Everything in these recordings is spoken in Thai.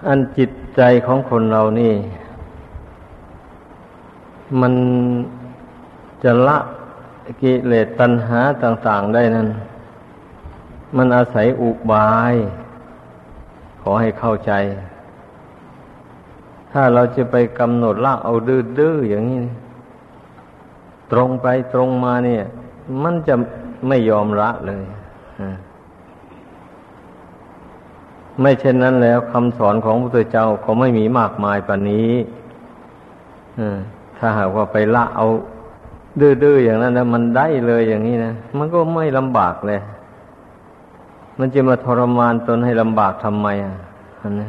อันจิตใจของคนเรานี่มันจะละกิเลสตัณหาต่างๆได้นั้นมันอาศัยอุบายขอให้เข้าใจถ้าเราจะไปกำหนดละเอาดื้อๆอย่างนี้ตรงไปตรงมาเนี่ยมันจะไม่ยอมละเลยไม่เช่นนั้นแล้วคำสอนของพระพุทธเจ้าก็ไม่มีมากมายปานนี้ถ้าหากว่าไปละเอาดื้อๆอย่างนั้นนะมันได้เลยอย่างนี้นะมันก็ไม่ลำบากเลยมันจะมาทรมานตนให้ลำบากทำไมอันนั้น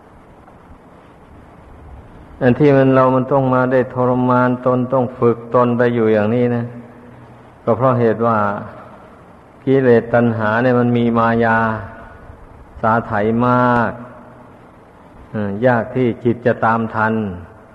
อันที่มันต้องมาได้ทรมานตนต้องฝึกตนไปอยู่อย่างนี้นะก็เพราะเหตุว่ากิเลสตัณหาเนี่ยมันมีมายาสาไถมากยากที่จิตจะตามทัน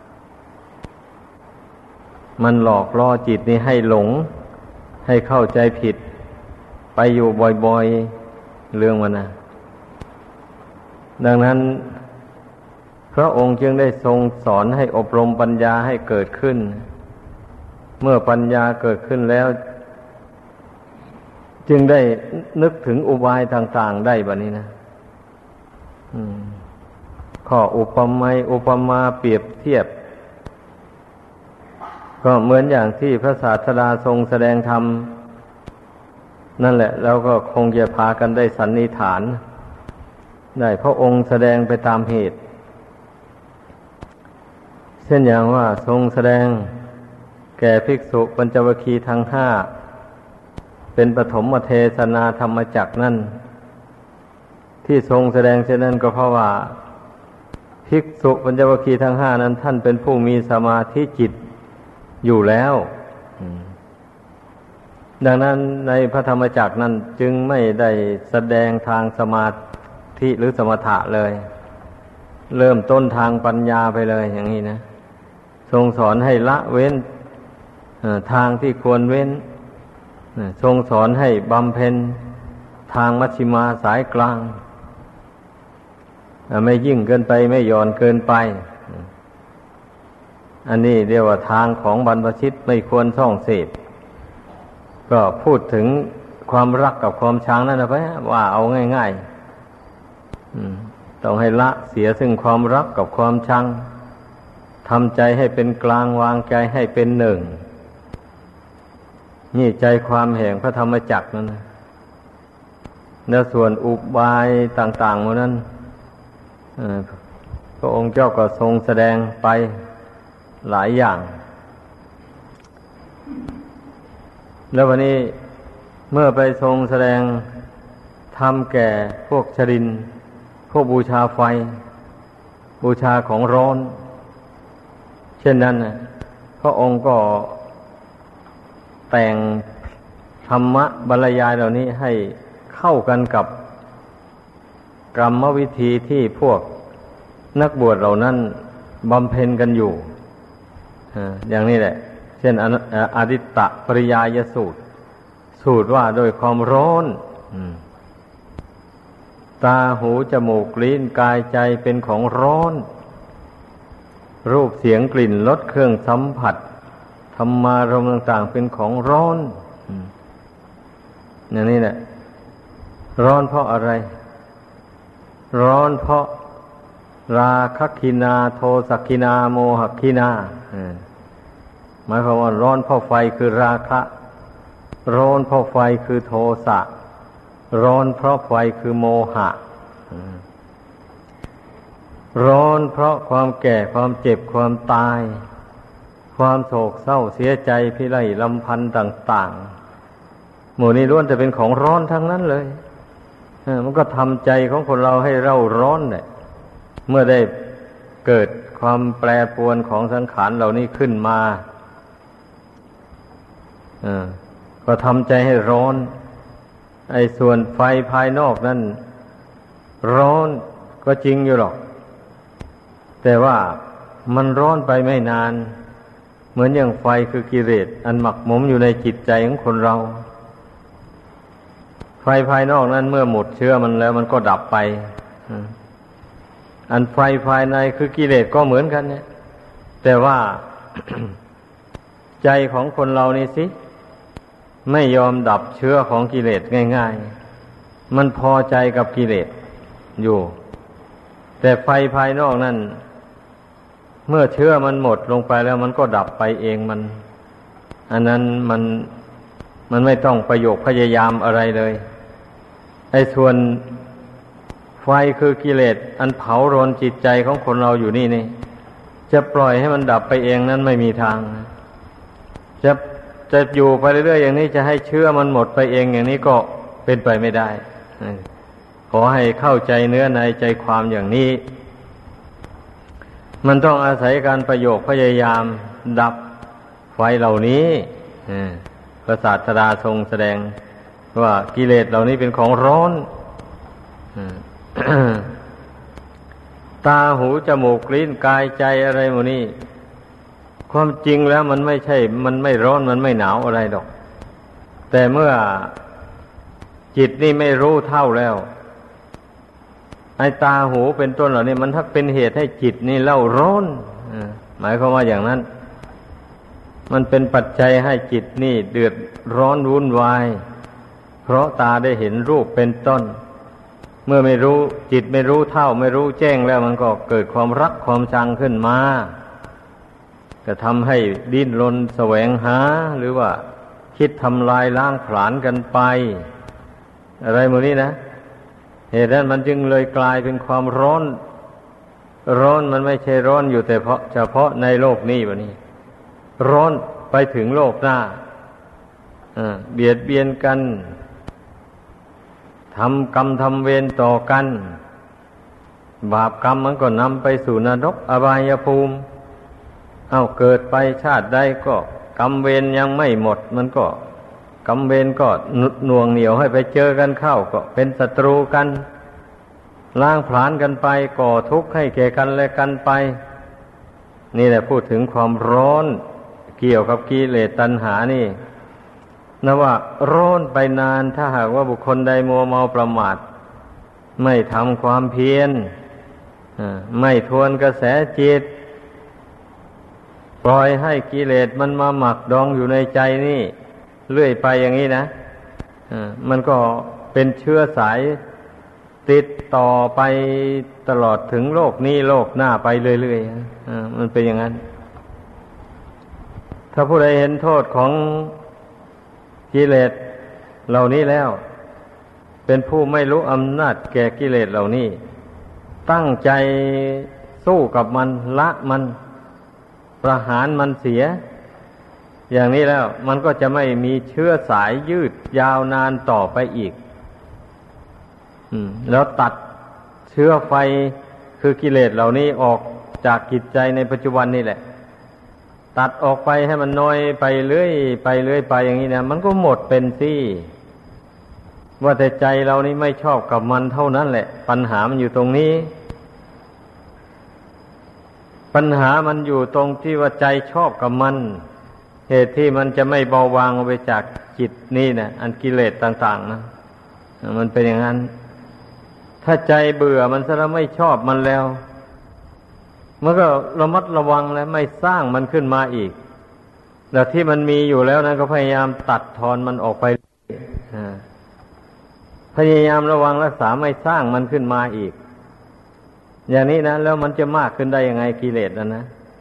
มันหลอกล่อจิตนี้ให้หลงให้เข้าใจผิดไปอยู่บ่อยๆเรื่องมันนะดังนั้นพระองค์จึงได้ทรงสอนให้อบรมปัญญาให้เกิดขึ้นเมื่อปัญญาเกิดขึ้นแล้วจึงได้นึกถึงอุบายต่างๆได้บัดนี้นะข้ออุปมาเปรียบเทียบก็เหมือนอย่างที่พระศาสดาทรงแสดงธรรมนั่นแหละเราก็คงจะพากันได้สันนิษฐานได้พระองค์แสดงไปตามเหตุเช่นอย่างว่าทรงแสดงแก่ภิกษุปัญจวัคคีย์ทั้งห้าเป็นปฐมเทศนาธรรมจักรนั่นที่ทรงแสดงเช่นนั้นก็เพราะว่าภิกษุปัญจวัคคีย์ทั้งห้านั้นท่านเป็นผู้มีสมาธิจิตอยู่แล้วดังนั้นในพระธรรมจักรนั้นจึงไม่ได้แสดงทางสมาธิหรือสมถะเลยเริ่มต้นทางปัญญาไปเลยอย่างนี้นะทรงสอนให้ละเว้นทางที่ควรเว้นทรงสอนให้บำเพ็ญทางมัชฌิมาสายกลางไม่ยิ่งเกินไปไม่หย่อนเกินไปอันนี้เรียกว่าทางของบรรพชิตไม่ควรส่องเสพก็พูดถึงความรักกับความชังนั่นนะไปว่าเอาง่ายๆต้องให้ละเสียซึ่งความรักกับความชังทำใจให้เป็นกลางวางใจให้เป็นหนึ่งนี่ใจความแห่งพระธรรมจักรนั่นนะแล้วส่วนอุบายต่างๆหมดนั้นพระองค์เจ้าก็ทรงแสดงไปหลายอย่างแล้ววันนี้เมื่อไปทรงแสดงธรรมแก่พวกชรินพวกบูชาไฟบูชาของร้อนเช่นนั้นนะพระองค์ก็แต่งธรรมะบรรยายเหล่านี้ให้เข้ากันกับกรรมวิธีที่พวกนักบวชเหล่านั้นบำเพ็ญกันอยู่อย่างนี้แหละเช่นอดิตตปริยายสูตรว่าโดยความร้อนตาหูจมูกลิ้นกายใจเป็นของร้อนรูปเสียงกลิ่นรสเครื่องสัมผัสธรรมารมณ์ต่างๆเป็นของร้อนอย่างนี้แหละร้อนเพราะอะไรร้อนเพราะราคะคินาโทสักคินาโมหคินาหมายความว่าร้อนเพราะไฟคือราคะร้อนเพราะไฟคือโทสะร้อนเพราะไฟคือโมหะร้อนเพราะความแก่ความเจ็บความตายความโศกเศร้าเสียใจพิไรลำพันธ์ต่างๆหมู่นี้ล้วนแต่เป็นของร้อนทั้งนั้นเลยมันก็ทำใจของคนเราให้เร่าร้อนเนี่ยเมื่อได้เกิดความแปรปรวนของสังขารเหล่านี้ขึ้นมาก็ทำใจให้ร้อนไอ้ส่วนไฟภายนอกนั้นร้อนก็จริงอยู่หรอกแต่ว่ามันร้อนไปไม่นานเหมือนอย่างไฟคือกิเลสอันหมักหมมอยู่ในจิตใจของคนเราไฟภายนอกนั้นเมื่อหมดเชื้อมันแล้วมันก็ดับไปอันไฟภายในคือกิเลสก็เหมือนกันเนี่ยแต่ว่า ใจของคนเรานี่สิไม่ยอมดับเชื้อของกิเลสง่ายๆมันพอใจกับกิเลสอยู่แต่ไฟภายนอกนั่นเมื่อเชื้อมันหมดลงไปแล้วมันก็ดับไปเองมันอันนั้นมันไม่ต้องประโยคพยายามอะไรเลยไอ้ส่วนไฟคือกิเลสอันเผารนจิตใจของคนเราอยู่นี่จะปล่อยให้มันดับไปเองนั้นไม่มีทางจะอยู่ไปเรื่อยๆอย่างนี้จะให้เชื้อมันหมดไปเองอย่างนี้ก็เป็นไปไม่ได้ขอให้เข้าใจเนื้อในใจความอย่างนี้มันต้องอาศัยการประโยคพยายามดับไฟเหล่านี้พระศาสดาทรงแสดงว่ากิเลสเหล่านี้เป็นของร้อน ตาหูจมูกลิ้นกายใจอะไรหมดนี้ความจริงแล้วมันไม่ใช่มันไม่ร้อนมันไม่หนาวอะไรดอกแต่เมื่อจิตนี่ไม่รู้เท่าแล้วไอ้ตาหูเป็นต้นเหล่านี้มันถ้าเป็นเหตุให้จิตนี่เล่าร้อนหมายความว่าอย่างนั้นมันเป็นปัจจัยให้จิตนี่เดือดร้อนวุ่นวายเพราะตาได้เห็นรูปเป็นต้นเมื่อไม่รู้จิตไม่รู้เท่าไม่รู้แจ้งแล้วมันก็เกิดความรักความชังขึ้นมาก็ทำให้ดิ้นรนแสวงหาหรือว่าคิดทำลายล้างผลาญกันไปอะไรหมดนี้นะเหตุนั้นมันจึงเลยกลายเป็นความร้อนมันไม่ใช่ร้อนอยู่แต่เฉพาะในโลกนี้วะนี่ร้อนไปถึงโลกหน้าเบียดเบียนกันทำกรรมทำเวรต่อกันบาปกรรมมันก็นำไปสู่นรกอบายภูมิเกิดไปชาติใดก็กรรมเวรยังไม่หมดมันก็กรรมเวรก็หน่วงเหนี่ยวให้ไปเจอกันเข้าก็เป็นศัตรูกันล้างผลาญกันไปก่อทุกข์ให้แก่กันและกันไปนี่แหละพูดถึงความร้อนเกี่ยวกับกิเลสตัณหานี่นะว่าร้อนไปนานถ้าหากว่าบุคคลใดมัวเมาประมาทไม่ทำความเพียรไม่ทวนกระแสจิตปล่อยให้กิเลสมันมาหมักดองอยู่ในใจนี่เรื่อยไปอย่างนี้นะมันก็เป็นเชื้อสายติดต่อไปตลอดถึงโลกนี้โลกหน้าไปเรื่อยๆมันเป็นอย่างนั้นถ้าผู้ใดเห็นโทษของกิเลสเหล่านี้แล้วเป็นผู้ไม่รู้อำนาจแก่กิเลสเหล่านี้ตั้งใจสู้กับมันละมันประหารมันเสียอย่างนี้แล้วมันก็จะไม่มีเชื้อสายยืดยาวนานต่อไปอีกแล้วตัดเชื้อไฟคือกิเลสเหล่านี้ออกจากจิตใจในปัจจุบันนี่แหละตัดออกไปให้มันน้อยไปเรื่อยไปอย่างนี้นะมันก็หมดเป็นที่ว่าแต่ใจเรานี่ไม่ชอบกับมันเท่านั้นแหละปัญหามันอยู่ตรงนี้ปัญหามันอยู่ตรงที่ว่าใจชอบกับมันเหตุที่มันจะไม่เบาบางออกไปจากจิตนี่นะอันกิเลสต่างๆนะมันเป็นอย่างนั้นถ้าใจเบื่อมันซะแล้วไม่ชอบมันแล้วมันก็ระมัดระวังแล้วไม่สร้างมันขึ้นมาอีกแต่ที่มันมีอยู่แล้วนะก็พยายามตัดทอนมันออกไปพยายามระวังรักษาไม่สร้างมันขึ้นมาอีกอย่างนี้นะแล้วมันจะมากขึ้นได้ยังไงกิเลสนะ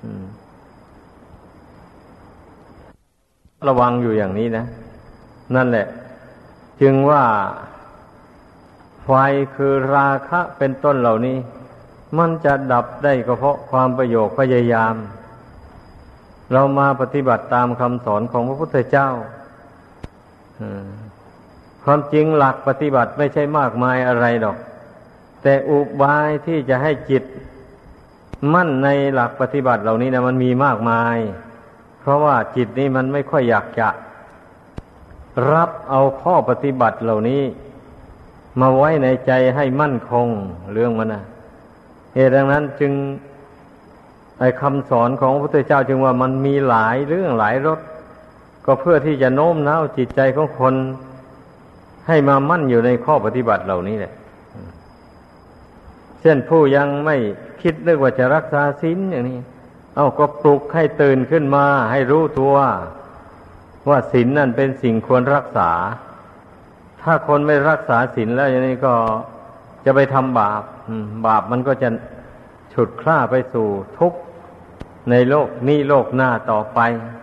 ระวังอยู่อย่างนี้นะนั่นแหละจึงว่าไฟคือราคะเป็นต้นเหล่านี้มันจะดับได้ก็เพราะความประโยชน์พยายามเรามาปฏิบัติตามคำสอนของพระพุทธเจ้าความจริงหลักปฏิบัติไม่ใช่มากมายอะไรดอกแต่อุบายที่จะให้จิตมั่นในหลักปฏิบัติเหล่านี้นะมันมีมากมายเพราะว่าจิตนี้มันไม่ค่อยอยากจะรับเอาข้อปฏิบัติเหล่านี้มาไว้ในใจให้มั่นคงเรื่องมันนะเหตุดังนั้นจึงไอ้คำสอนของพระพุทธเจ้าจึงว่ามันมีหลายเรื่องหลายรสก็เพื่อที่จะโน้มน้าวจิตใจของคนให้มามั่นอยู่ในข้อปฏิบัติเหล่านี้แหละเช่ช่นผู้ยังไม่คิดนึกว่าจะรักษาศีลอย่างนี้เอาก็ปลุกให้ตื่นขึ้นมาให้รู้ตัวว่าศีลนั่นเป็นสิ่งควรรักษาถ้าคนไม่รักษาศีลแล้วอย่างนี้ก็จะไปทำบาปบาปมันก็จะฉุดคล้าไปสู่ทุกข์ในโลกนี้โลกหน้าต่อไป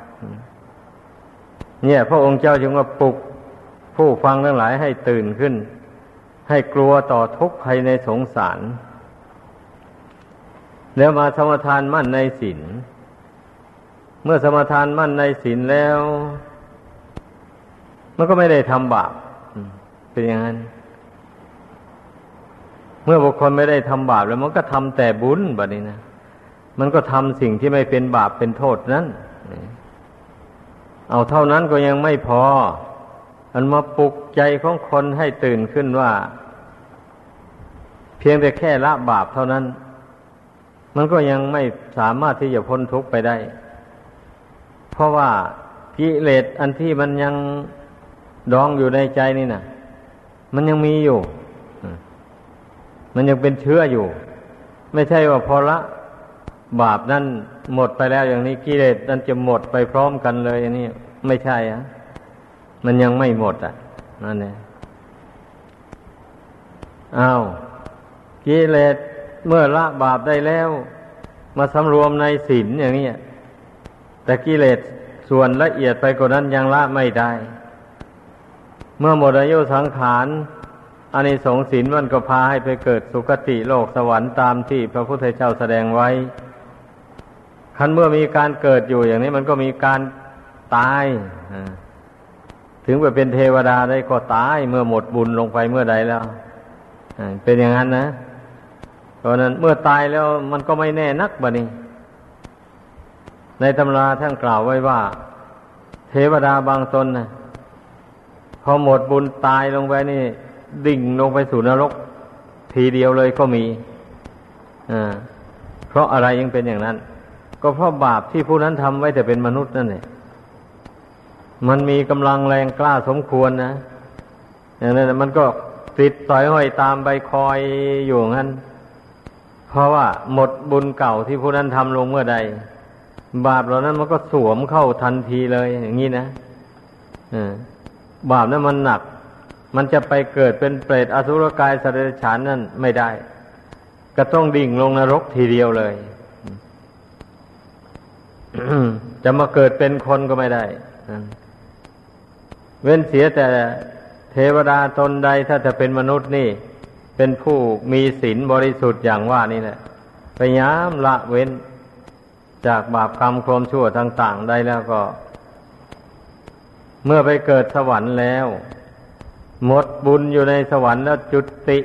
เนี่ยพระองค์เจ้าจึงว่าปลุกผู้ฟังทั้งหลายให้ตื่นขึ้นให้กลัวต่อทุกข์ภัยในสงสารแล้วมาสมาทานมั่นในศีลเมื่อสมาทานมั่นในศีลแล้วมันก็ไม่ได้ทำบาปเป็นอย่างนั้นเมื่อบุคคลไม่ได้ทำบาปแล้วมันก็ทำแต่บุญแบบนี้นะมันก็ทำสิ่งที่ไม่เป็นบาปเป็นโทษนั้นเอาเท่านั้นก็ยังไม่พอมันมาปลุกใจของคนให้ตื่นขึ้นว่าเพียงแต่แค่ละบาปเท่านั้นมันก็ยังไม่สามารถที่จะพ้นทุกข์ไปได้เพราะว่ากิเลสอันที่มันยังดองอยู่ในใจนี่นะมันยังมีอยู่มันยังเป็นเชื้ออยู่ไม่ใช่ว่าพอละบาปนั้นหมดไปแล้วอย่างนี้กิเลสนั้นจะหมดไปพร้อมกันเลยอันนี้ไม่ใช่มันยังไม่หมดนั่นเองอ้าวกิเลสเมื่อละบาปได้แล้วมาสำรวมในศีลอย่างนี้แต่กิเลสส่วนละเอียดไปกว่านั้นยังละไม่ได้เมื่อหมดอายุสังขารอานิสงส์ศีลมันก็พาให้ไปเกิดสุคติโลกสวรรค์ตามที่พระพุทธเจ้าแสดงไว้คันเมื่อมีการเกิดอยู่อย่างนี้มันก็มีการตายถึงไปเป็นเทวดาได้ก็ตายเมื่อหมดบุญลงไปเมื่อใดแล้วเป็นอย่างนั้นนะเพราะนั้นเมื่อตายแล้วมันก็ไม่แน่นักบัดนี้ในตำราท่านกล่าวไว้ว่าเทวดาบางตนนะพอหมดบุญตายลงไปนี่ดิ่งลงไปสู่นรกทีเดียวเลยก็มีเพราะอะไรยังเป็นอย่างนั้นก็เพราะบาปที่ผู้นั้นทำไว้แต่เป็นมนุษย์นั่นแหละมันมีกำลังแรงกล้าสมควรนะอย่างนั้นมันก็ติดต่อยห้อยตามไปคอยอยู่งั้นเพราะว่าหมดบุญเก่าที่ผู้นั้นทำลงเมื่อใดบาปเหล่านั้นมันก็สวมเข้าทันทีเลยอย่างนี้นะบาปนั้นมันหนักมันจะไปเกิดเป็นเปรตอสุรกายสัตว์เดรัจฉานนั่นไม่ได้ก็ต้องดิ่งลงนรกทีเดียวเลย จะมาเกิดเป็นคนก็ไม่ได้เว้นเสียแต่เทวดาตนใดถ้าจะเป็นมนุษย์นี่เป็นผู้มีศีลบริสุทธิ์อย่างว่านี่แหละพยายามละเว้นจากบาปกรรมความชั่วต่างๆได้แล้วก็เมื่อไปเกิดสวรรค์แล้วหมดบุญอยู่ในสวรรค์แล้วจุติ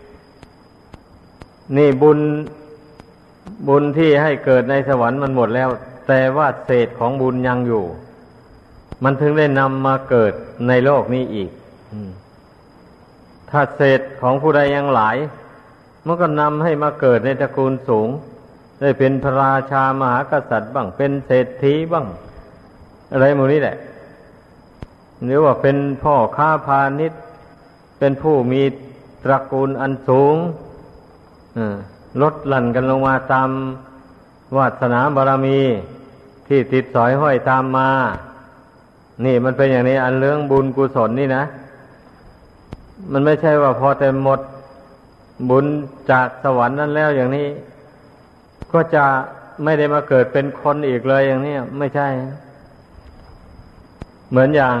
นี่บุญที่ให้เกิดในสวรรค์มันหมดแล้วแต่ว่าเศษของบุญยังอยู่มันถึงได้นำมาเกิดในโลกนี้อีกถ้าเศษของผู้ใดยังหลายมันก็นำให้มาเกิดในตระกูลสูงได้เป็นพระราชามหากษัตริย์บ้างเป็นเศรษฐีบ้างอะไรหมดนี้แหละหรือว่าเป็นพ่อค้าพาณิชย์เป็นผู้มีตระกูลอันสูงลดหลั่นกันลงมาตามวาสนาบารมีที่ติดสอยห้อยตามมานี่มันเป็นอย่างนี้อันเรื่องบุญกุศลนี่นะมันไม่ใช่ว่าพอแต่หมดบุญจากสวรรค์นั้นแล้วอย่างนี้ก็จะไม่ได้มาเกิดเป็นคนอีกเลยอย่างนี้ไม่ใช่เหมือนอย่าง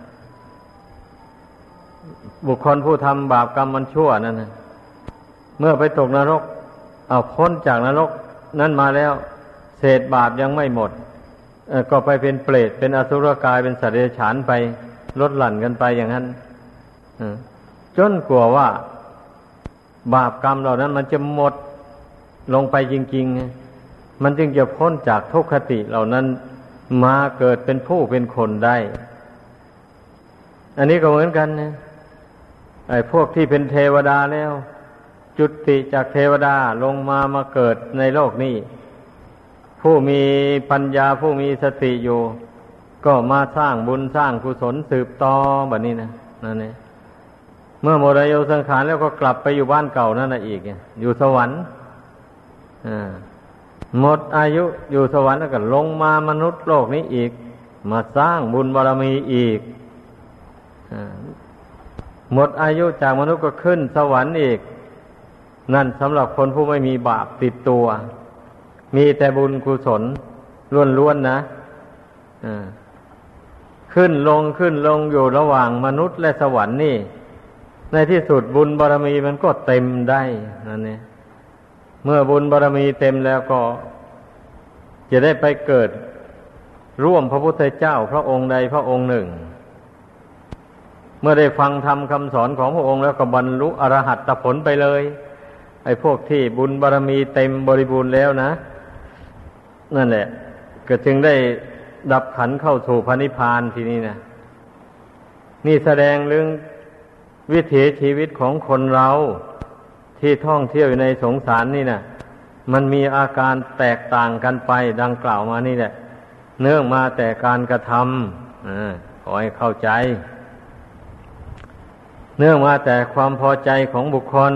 บุคคลผู้ทำบาปกรรมมันชั่วนั่นนะเมื่อไปตกนรกเอาพ้นจากนรกนั้นมาแล้วเศษบาปยังไม่หมดก็ไปเป็นเปรตเป็นอสุรกายเป็นสัตว์เดรัจฉานไปลดหลั่นกันไปอย่างนั้นจนกลัวว่าบาปกรรมเหล่านั้นมันจะหมดลงไปจริงๆมันจึงจะพ้นจากทุกขติเหล่านั้นมาเกิดเป็นผู้เป็นคนได้อันนี้ก็เหมือนกันนะไอ้พวกที่เป็นเทวดาแล้วจุติจากเทวดาลงมาเกิดในโลกนี้ผู้มีปัญญาผู้มีสติอยู่ก็มาสร้างบุญสร้างกุศลสืบต่อแบบนี้นะนั่นเองเมื่อหมดอายุสังขารแล้วก็กลับไปอยู่บ้านเก่านั่นน่ะอีกอยู่สวรรค์หมดอายุอยู่สวรรค์แล้วก็ลงมามนุษย์โลกนี้อีกมาสร้างบุญบารมีอีกหมดอายุจากมนุษย์ก็ขึ้นสวรรค์อีกนั่นสำหรับคนผู้ไม่มีบาปติดตัวมีแต่บุญกุศลล้วนๆนะขึ้นลงอยู่ระหว่างมนุษย์และสวรรค์นี่ในที่สุดบุญบารมีมันก็เต็มได้นั่นเนี่ยเมื่อบุญบารมีเต็มแล้วก็จะได้ไปเกิดร่วมพระพุทธเจ้าพระองค์ใดพระองค์หนึ่งเมื่อได้ฟังธรรมคำสอนของพระองค์แล้วก็บรรลุอรหัตผลไปเลยไอ้พวกที่บุญบารมีเต็มบริบูรณ์แล้วนะนั่นแหละก็จึงได้ดับขันธ์เข้าสู่พระนิพพานทีนี้นะนี่แสดงเรื่องวิถีชีวิตของคนเราที่ท่องเที่ยวอยู่ในสงสารนี่นะมันมีอาการแตกต่างกันไปดังกล่าวมานี่แหละเนื่องมาแต่การกระทำขอให้เข้าใจเนื่องมาแต่ความพอใจของบุคคล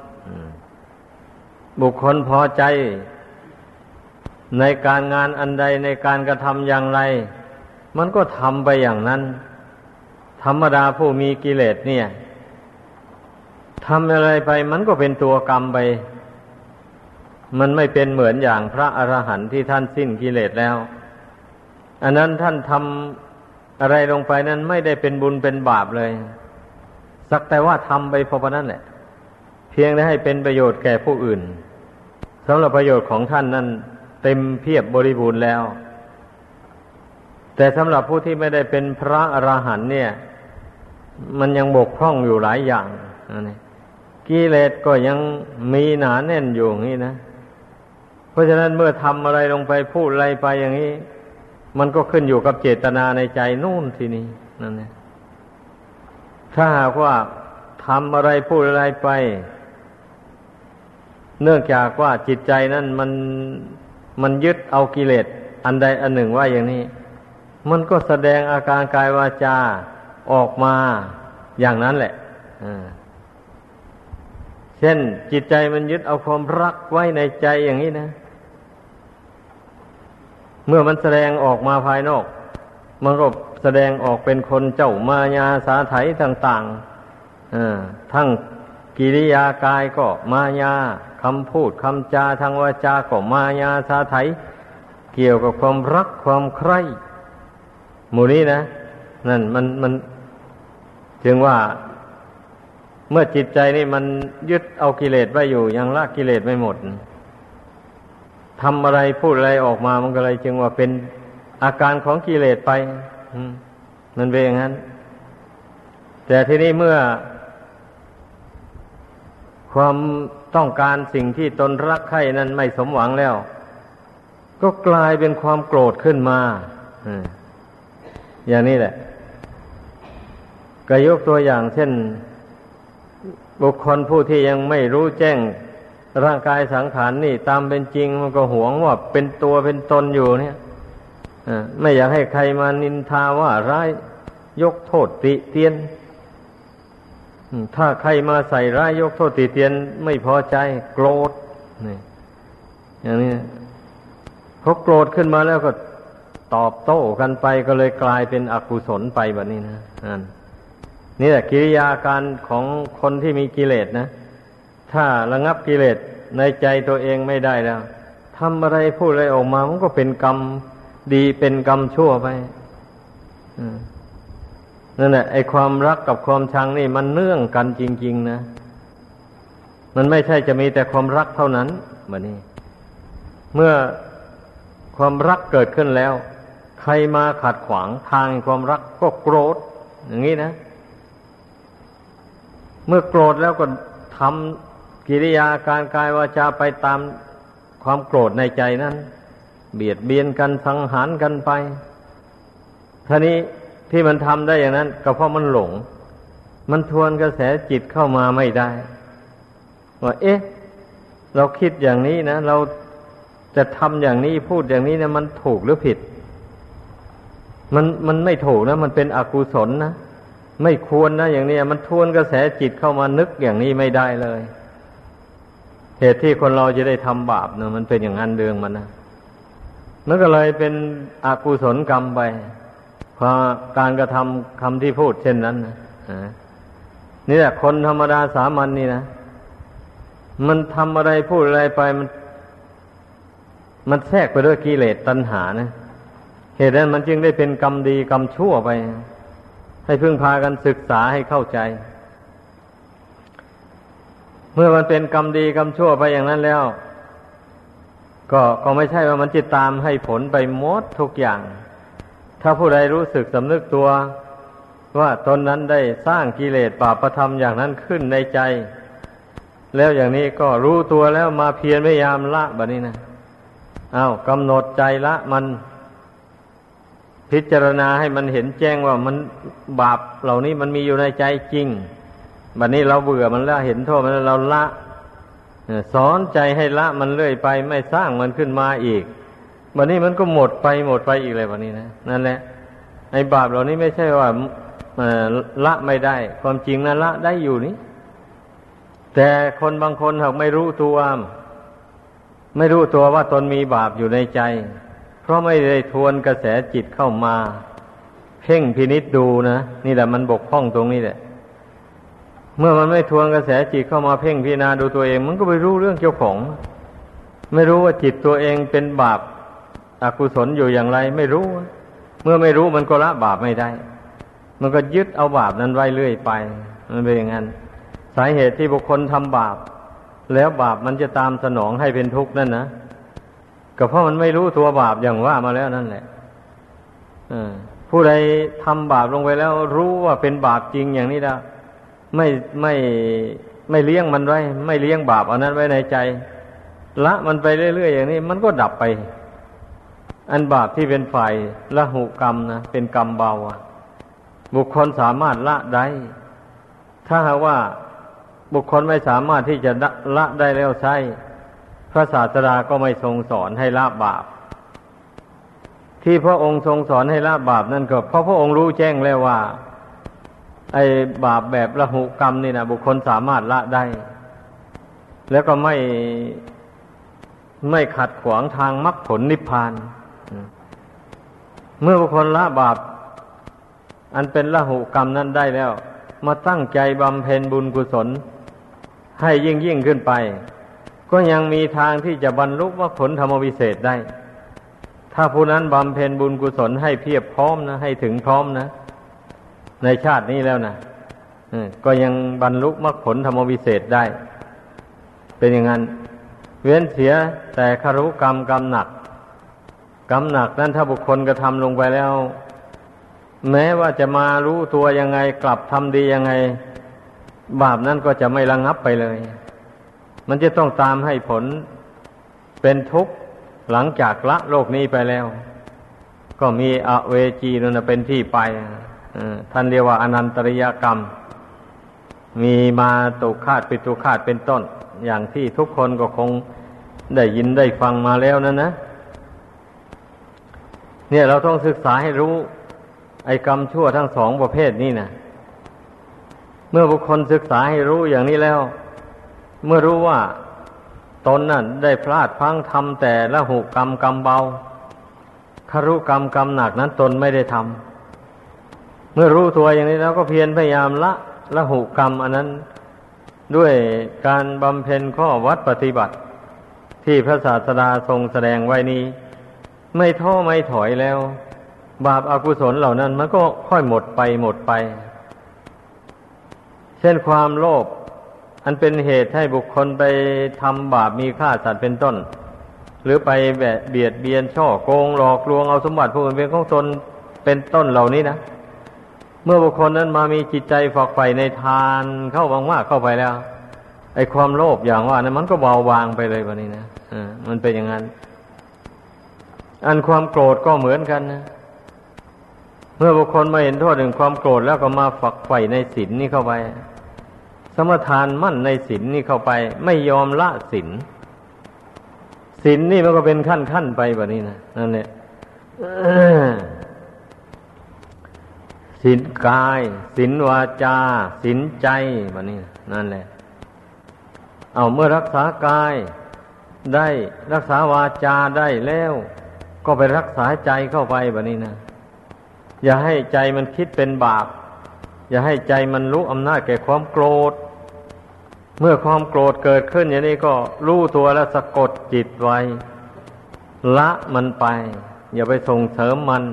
พอใจในการงานอันใดในการกระทำอย่างไรมันก็ทำไปอย่างนั้นธรรมดาผู้มีกิเลสเนี่ยทำอะไรไปมันก็เป็นตัวกรรมไปมันไม่เป็นเหมือนอย่างพระอรหันต์ที่ท่านสิ้นกิเลสแล้วอันนั้นท่านทำอะไรลงไปนั้นไม่ได้เป็นบุญเป็นบาปเลยสักแต่ว่าทำไปเพราะนั้นแหละเพียงได้ให้เป็นประโยชน์แก่ผู้อื่นสำหรับประโยชน์ของท่านนั้นเต็มเพียบบริบูรณ์แล้วแต่สำหรับผู้ที่ไม่ได้เป็นพระอรหันต์เนี่ยมันยังบกพร่องอยู่หลายอย่างนี่กิเลสก็ยังมีหนาแน่นอยู่อย่างนี้นะเพราะฉะนั้นเมื่อทำอะไรลงไปพูดอะไรไปอย่างนี้มันก็ขึ้นอยู่กับเจตนาในใจนู่นทีนี้นั่นแหละถ้าหากว่าทำอะไรพูดอะไรไปเนื่องจากว่าจิตใจนั้นมันยึดเอากิเลสอันใดอันหนึ่งว่าอย่างนี้มันก็แสดงอาการกายวาจาออกมาอย่างนั้นแหละเช่นจิตใจมันยึดเอาความรักไว้ในใจอย่างนี้นะเมื่อมันแสดงออกมาภายนอกมันก็แสดงออกเป็นคนเจ้ามายาสาไถต่างๆทั้งกิริยากายก็มายาคำพูดคำจาทางวาจาก็มายาสาไถเกี่ยวกับความรักความใคร่หมู่นี้นะนั่นมันถึงว่าเมื่อจิตใจนี่มันยึดเอากิเลสไว้อยู่ยังละกิเลสไม่หมดทำอะไรพูดอะไรออกมามันก็เลยจึงว่าเป็นอาการของกิเลสไปมันเป็นอย่างนั้นแต่ทีนี้เมื่อความต้องการสิ่งที่ตนรักใคร่นั้นไม่สมหวังแล้วก็กลายเป็นความโกรธขึ้นมาอย่างนี้แหละก็ยกตัวอย่างเช่นบุคคลผู้ที่ยังไม่รู้แจ้งร่างกายสังขารนี่ตามเป็นจริงมันก็หวงว่าเป็นตัวเป็นตนอยู่เนี่ยไม่อยากให้ใครมานินทาว่าร้ายยกโทษติเตียนถ้าใครมาใส่ร้ายยกโทษติเตียนไม่พอใจโกรธนี่อย่างนี้พอโกรธขึ้นมาแล้วก็ตอบโต้กันไปก็เลยกลายเป็นอกุศลไปแบบนี้นะนี่แหละกิริยาการของคนที่มีกิเลสนะถ้าระงับกิเลสในใจตัวเองไม่ได้แล้วทำอะไรพูดอะไรออกมามันก็เป็นกรรมดีเป็นกรรมชั่วไปนั่นแหละไอ้ความรักกับความชังนี่มันเนื่องกันจริงๆนะมันไม่ใช่จะมีแต่ความรักเท่านั้นแบบนี้เมื่อความรักเกิดขึ้นแล้วใครมาขัดขวางทางความรักก็โกรธอย่างนี้นะเมื่อโกรธแล้วก็ทำกิริยาการกายวาจาไปตามความโกรธในใจนั้นเบียดเบียนกันสังหารกันไปท่านี้ที่มันทำได้อย่างนั้นก็เพราะมันหลงมันทวนกระแสจิตเข้ามาไม่ได้ว่าเราคิดอย่างนี้นะเราจะทำอย่างนี้พูดอย่างนี้นะมันถูกหรือผิดมันไม่ถูกนะมันเป็นอกุศลนะไม่ควรนะอย่างนี้มันทวนกระแสจิตเข้ามานึกอย่างนี้ไม่ได้เลยเหตุที่คนเราจะได้ทำบาปเนี่ยมันเป็นอย่างนั้นเรื่องมันนะมันก็เลยเป็นอกุศลกรรมไปเพราะการกระทำคำที่พูดเช่นนั้นนะนี่แหละคนธรรมดาสามัญนี่นะมันทำอะไรพูดอะไรไปมันแทรกไปด้วยกิเลสตัณหานะเหตุนั้นมันจึงได้เป็นกรรมดีกรรมชั่วไปให้พึ่งพากันศึกษาให้เข้าใจเมื่อมันเป็นกรรมดีกรรมชั่วไปอย่างนั้นแล้วก็ไม่ใช่ว่ามันจะตามให้ผลไปหมดทุกอย่างถ้าผู้ใดรู้สึกสำนึกตัวว่าตนนั้นได้สร้างกิเลสบาปธรรมอย่างนั้นขึ้นในใจแล้วอย่างนี้ก็รู้ตัวแล้วมาเพียรพยายามละบัดนี้นะกำหนดใจละมันพิจารณาให้มันเห็นแจ้งว่ามันบาปเหล่านี้มันมีอยู่ในใจจริงบัดนี้เราเบื่อมันแล้วเห็นโทษมันแล้วเราละสอนใจให้ละมันเรื่อยไปไม่สร้างมันขึ้นมาอีกบัดนี้มันก็หมดไปอีกเลยบัดนี้นะนั่นแหละไอ้บาปเหล่านี้ไม่ใช่ว่าละไม่ได้ความจริงนะละได้อยู่นี่แต่คนบางคนหากไม่รู้ตัวว่าตนมีบาปอยู่ในใจเพราะไม่ได้ทวนกระแสจิตเข้ามาเพ่งพินิจดูนะนี่แหละมันบกพร่องตรงนี้แหละเมื่อมันไม่ทวนกระแสจิตเข้ามาเพ่งพิจารณาดูตัวเองมันก็ไม่รู้เรื่องเจ้าของไม่รู้ว่าจิตตัวเองเป็นบาปอกุศลอยู่อย่างไรไม่รู้เมื่อไม่รู้มันก็ละบาปไม่ได้มันก็ยึดเอาบาปนั้นไว้เรื่อยไปมันเป็นอย่างนั้นสาเหตุที่บุคคลทำบาปแล้วบาปมันจะตามสนองให้เป็นทุกข์นั่นนะก็เพราะมันไม่รู้ตัวบาปอย่างว่ามาแล้วนั่นแหละผู้ใดทำบาปลงไปแล้วรู้ว่าเป็นบาปจริงอย่างนี้แล้วไม่เลี้ยงมันไว้ไม่เลี้ยงบาปอันนั้นไว้ในใจละมันไปเรื่อยๆอย่างนี้มันก็ดับไปอันบาปที่เป็นฝ่ายละหุกรรมนะเป็นกรรมเบาบุคคลสามารถละได้ถ้าหากว่าบุคคลไม่สามารถที่จะละได้แล้วใช่พระศาสดาก็ไม่ทรงสอนให้ละบาปที่พระองค์ทรงสอนให้ละบาปนั่นก็เพราะพระองค์รู้แจ้งแล้วว่าไอ้บาปแบบละหุกรรมนี่นะบุคคลสามารถละได้แล้วก็ไม่ขัดขวางทางมรรคผลนิพพานเมื่อบุคคลละบาปอันเป็นละหุกรรมนั้นได้แล้วมาตั้งใจบำเพ็ญบุญกุศลให้ยิ่งขึ้นไปก็ยังมีทางที่จะบรรลุมรรคผลธรรมวิเศษได้ถ้าผู้นั้นบำเพ็ญบุญกุศลให้เพียบพร้อมนะให้ถึงพร้อมนะในชาตินี้แล้วนะก็ยังบรรลุมรรคผลธรรมวิเศษได้เป็นอย่างนั้นเว้นเสียแต่ครุกรรมหนักนั้นถ้าบุคคลกระทำลงไปแล้วแม้ว่าจะมารู้ตัวยังไงกลับทำดียังไงบาปนั้นก็จะไม่ระงับไปเลยมันจะต้องตามให้ผลเป็นทุกข์หลังจากละโลกนี้ไปแล้วก็มีอเวจีนั่นเป็นที่ไปท่านเรียกว่าอนันตริยกรรมมีมาตุฆาตปิตุฆาตเป็นต้นอย่างที่ทุกคนก็คงได้ยินได้ฟังมาแล้วนะเนี่ยเราต้องศึกษาให้รู้ไอ้กรรมชั่วทั้งสองประเภทนี้นะเมื่อบุคคลศึกษาให้รู้อย่างนี้แล้วเมื่อรู้ว่าตนนั่นได้พลาดพลั้งทำแต่ละหุกรรมกรรมเบาครุกรรมหนักนั้นตนไม่ได้ทำเมื่อรู้ตัวอย่างนี้แล้วก็เพียรพยายามละหุกรรมอันนั้นด้วยการบำเพ็ญข้อวัดปฏิบัติที่พระศาสดาทรงแสดงไว้นี้ไม่ท้อไม่ถอยแล้วบาปอกุศลเหล่านั้นมันก็ค่อยหมดไปเช่นความโลภอันเป็นเหตุให้บุคคลไปทำบาปมีฆ่าสัตว์เป็นต้นหรือไปเบียดเบียนช่อโกงหลอกลวงเอาสมบัติผู้อื่นเป็นของตนเป็นต้นเหล่านี้นะเมื่อบุคคลนั้นมามีจิตใจฝักใฝ่ในทานเข้ามากๆเข้าไปแล้วไอ้ความโลภอย่างว่านั้นมันก็เบาบางไปเลยวันนี้นะมันเป็นอย่างนั้นอันความโกรธก็เหมือนกันนะเมื่อบุคคลมาเห็นโทษถึงความโกรธแล้วก็มาฝักใฝ่ในศีลนี่เข้าไปสมทานมั่นในศีลนี่เข้าไปไม่ยอมละศีลนี่มันก็เป็นขั้นไปแบบนี้นะนั่นแหละศีลกายศีลวาจาศีลใจแบบนี้นั่นแหละเอาเมื่อรักษากายได้รักษาวาจาได้แล้วก็ไปรักษาใจเข้าไปแบบนี้นะอย่าให้ใจมันคิดเป็นบาปอย่าให้ใจมันรู้อำนาจแก่ความโกรธเมื่อความโกรธเกิดขึ้นอย่างนี้ก็รู้ตัวแล้วสะกดจิตไว้ละมันไปอย่าไปส่งเสริมมัน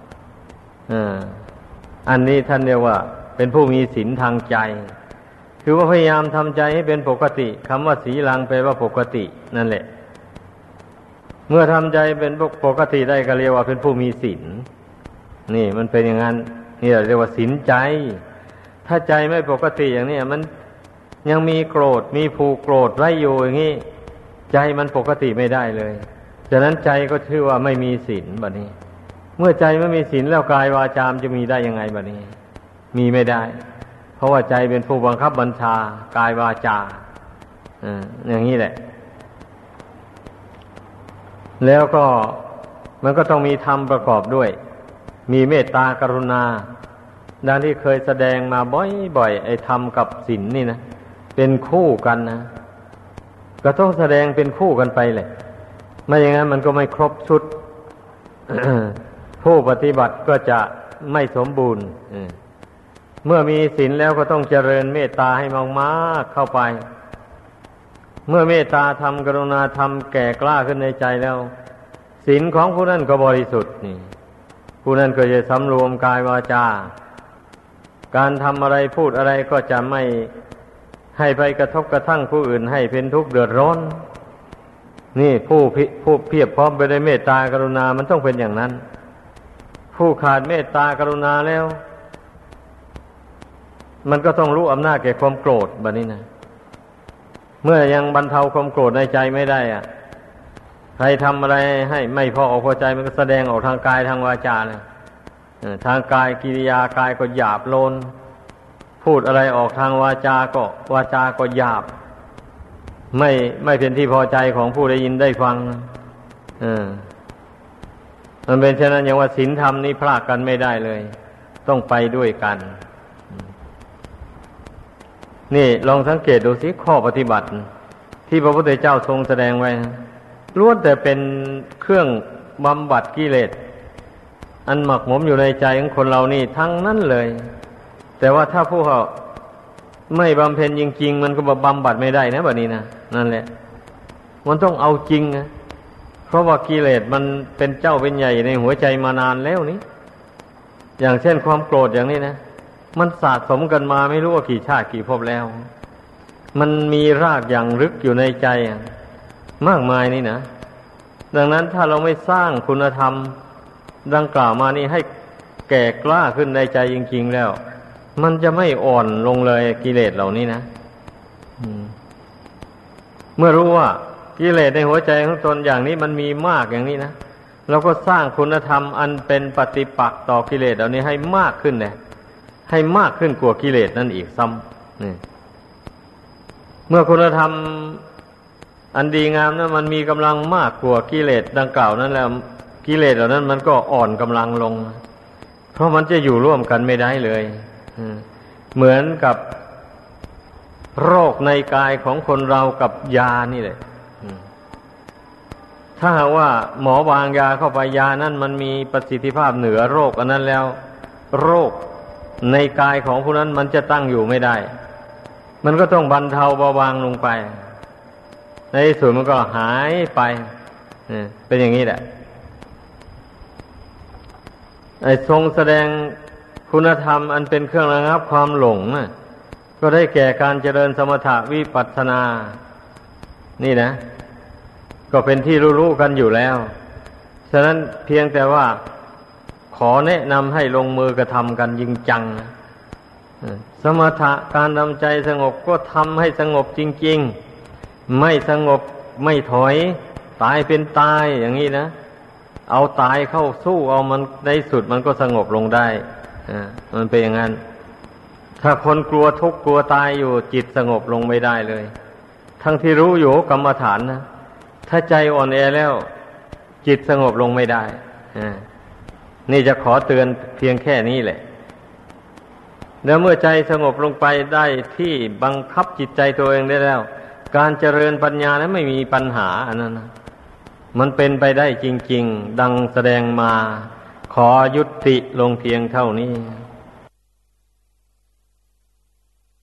อันนี้ท่านเรียกว่าเป็นผู้มีศีลทางใจคือว่าพยายามทำใจให้เป็นปกติคำว่าสีลังแปลว่าปกตินั่นแหละเมื่อทำใจเป็นปกติได้ก็เรียกว่าเป็นผู้มีศีลนี่มันเป็นอย่างนั้นนี่เรียกว่าศีลใจถ้าใจไม่ปกติอย่างนี้มันยังมีโกรธมีผูกโกรธไว้อยู่อย่างนี้ใจมันปกติไม่ได้เลยฉะนั้นใจก็ชื่อว่าไม่มีศีลบัดนี้เมื่อใจไม่มีศีลแล้วกายวาจามจะมีได้ยังไงบัดนี้มีไม่ได้เพราะว่าใจเป็นผู้บังคับบัญชากายวาจาอย่างนี้แหละแล้วก็มันก็ต้องมีธรรมประกอบด้วยมีเมตตากรุณาดังที่เคยแสดงมาบ่อยๆไอ้ธรรมกับศีลนี่นะเป็นคู่กันนะก็ต้องแสดงเป็นคู่กันไปเลยไม่อย่างนั้นมันก็ไม่ครบชุด ผู้ปฏิบัติก็จะไม่สมบูรณ์เมื่อมีศีลแล้วก็ต้องเจริญเมตตาให้มากๆเข้าไปเมื่อเมตตาธรรมกรุณาธรรมแก่กล้าขึ้นในใจแล้วศีลของผู้นั้นก็บริสุทธิ์นี่ผู้นั้นก็จะสำรวมกายวาจาการทำอะไรพูดอะไรก็จะไม่ให้ไปกระทบกระทั่งผู้อื่นให้เป็นทุกข์เดือดร้อนนี่ผู้เพียบพร้อมไปด้วยเมตตากรุณามันต้องเป็นอย่างนั้นผู้ขาดเมตตากรุณาแล้วมันก็ต้องรู้อำนาจแก่ความโกรธแบบนี้นะเมื่อยังบรรเทาความโกรธในใจไม่ได้ใครทำอะไรให้ไม่พออกพอใจมันก็แสดงออกทางกายทางวาจาเลยทางกายกิริยากายก็หยาบโลนพูดอะไรออกทางวาจาก็หยาบไม่เป็นที่พอใจของผู้ได้ยินได้ฟังมันเป็นเช่นนั้นอย่างว่าศีลธรรมนี้พรากกันไม่ได้เลยต้องไปด้วยกันนี่ลองสังเกตดูสิข้อปฏิบัติที่พระพุทธเจ้าทรงแสดงไว้ล้วนแต่เป็นเครื่องบำบัดกิเลสอันหมักหมมอยู่ในใจของคนเรานี่ทั้งนั้นเลยแต่ว่าถ้าผู้เขาไม่บำเพ็ญจริงๆมันก็บำบัดไม่ได้นะแบบนี้นะนั่นแหละมันต้องเอาจริงนะเพราะว่ากิเลสมันเป็นเจ้าเป็นใหญ่ในหัวใจมานานแล้วนี้อย่างเช่นความโกรธอย่างนี้นะมันสะสมกันมาไม่รู้ว่ากี่ชาติกี่ภพแล้วมันมีรากอย่างลึกอยู่ในใจมากมายนี่นะดังนั้นถ้าเราไม่สร้างคุณธรรมดังกล่าวมานี่ให้แก่กล้าขึ้นในใจจริงๆแล้วมันจะไม่อ่อนลงเลยกิเลสเหล่านี้นะเมื่อรู้ว่ากิเลสในหัวใจของตนอย่างนี้มันมีมากอย่างนี้นะเราก็สร้างคุณธรรมอันเป็นปฏิปักษ์ต่อกิเลสเหล่านี้ให้มากขึ้นเนี่ยให้มากขึ้นกว่ากิเลสนั่นอีกซ้ำนี่เมื่อคุณธรรมอันดีงามนั้นมันมีกำลังมากกว่ากิเลสดังกล่าวนั้นแล้วกิเลสเหล่านั้นมันก็อ่อนกำลังลงเพราะมันจะอยู่ร่วมกันไม่ได้เลยเหมือนกับโรคในกายของคนเรากับยานี่แหละถ้าหากว่าหมอวางยาเข้าไปยานั้นมันมีประสิทธิภาพเหนือโรคอันนั้นแล้วโรคในกายของผู้นั้นมันจะตั้งอยู่ไม่ได้มันก็ต้องบรรเทาเบาบางลงไปในที่สุดมันก็หายไปเป็นอย่างนี้แหละไอ้ทรงแสดงคุณธรรมอันเป็นเครื่องระงับความหลงก็ได้แก่การเจริญสมถะวิปัสสนานี่นะก็เป็นที่รู้ๆกันอยู่แล้วฉะนั้นเพียงแต่ว่าขอแนะนำให้ลงมือกระทำกันจริงจังสมถะการทำใจสงบก็ทำให้สงบจริงๆไม่สงบไม่ถอยตายเป็นตายอย่างนี้นะเอาตายเข้าสู้เอามันในสุดมันก็สงบลงได้มันเป็นอย่างนั้นถ้าคนกลัวทุกข์กลัวตายอยู่จิตสงบลงไม่ได้เลยทั้งที่รู้อยู่กรรมฐานนะถ้าใจอ่อนแอแล้วจิตสงบลงไม่ได้นี่จะขอเตือนเพียงแค่นี้แหละแล้วเมื่อใจสงบลงไปได้ที่บังคับจิตใจตัวเองได้แล้วการเจริญปัญญานั้นไม่มีปัญหาอันนั้นนะมันเป็นไปได้จริงๆดังแสดงมาขอยุติลงเพียงเท่านี้